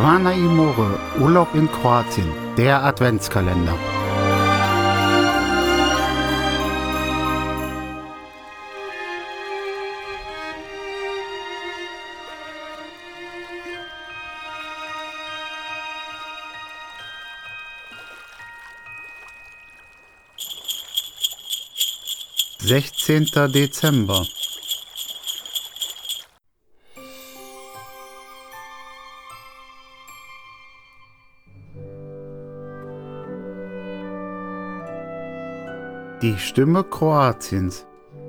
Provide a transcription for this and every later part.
Zvana Imore, Urlaub in Kroatien, der Adventskalender. Sechzehnter Dezember. Die Stimme Kroatiens.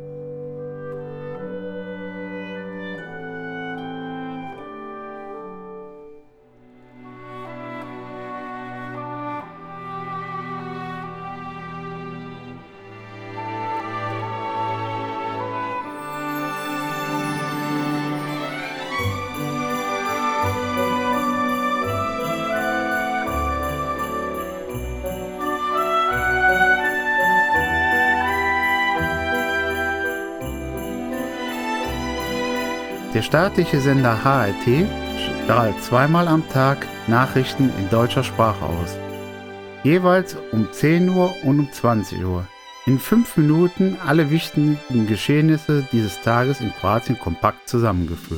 Der staatliche Sender HRT strahlt zweimal am Tag Nachrichten in deutscher Sprache aus. Jeweils um 10 Uhr und um 20 Uhr. In 5 Minuten alle wichtigen Geschehnisse dieses Tages in Kroatien kompakt zusammengeführt.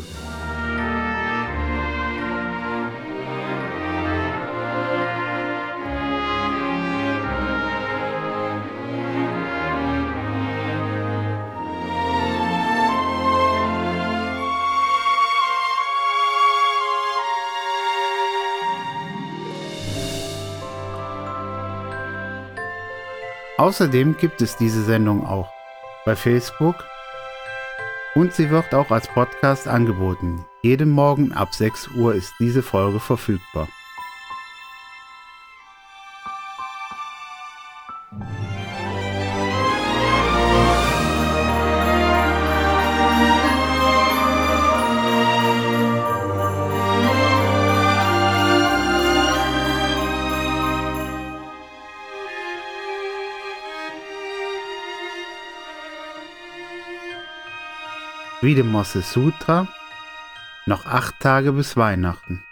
Außerdem gibt es diese Sendung auch bei Facebook und sie wird auch als Podcast angeboten. Jeden Morgen ab 6 Uhr ist diese Folge verfügbar. Vidimo se sutra, noch 8 Tage bis Weihnachten.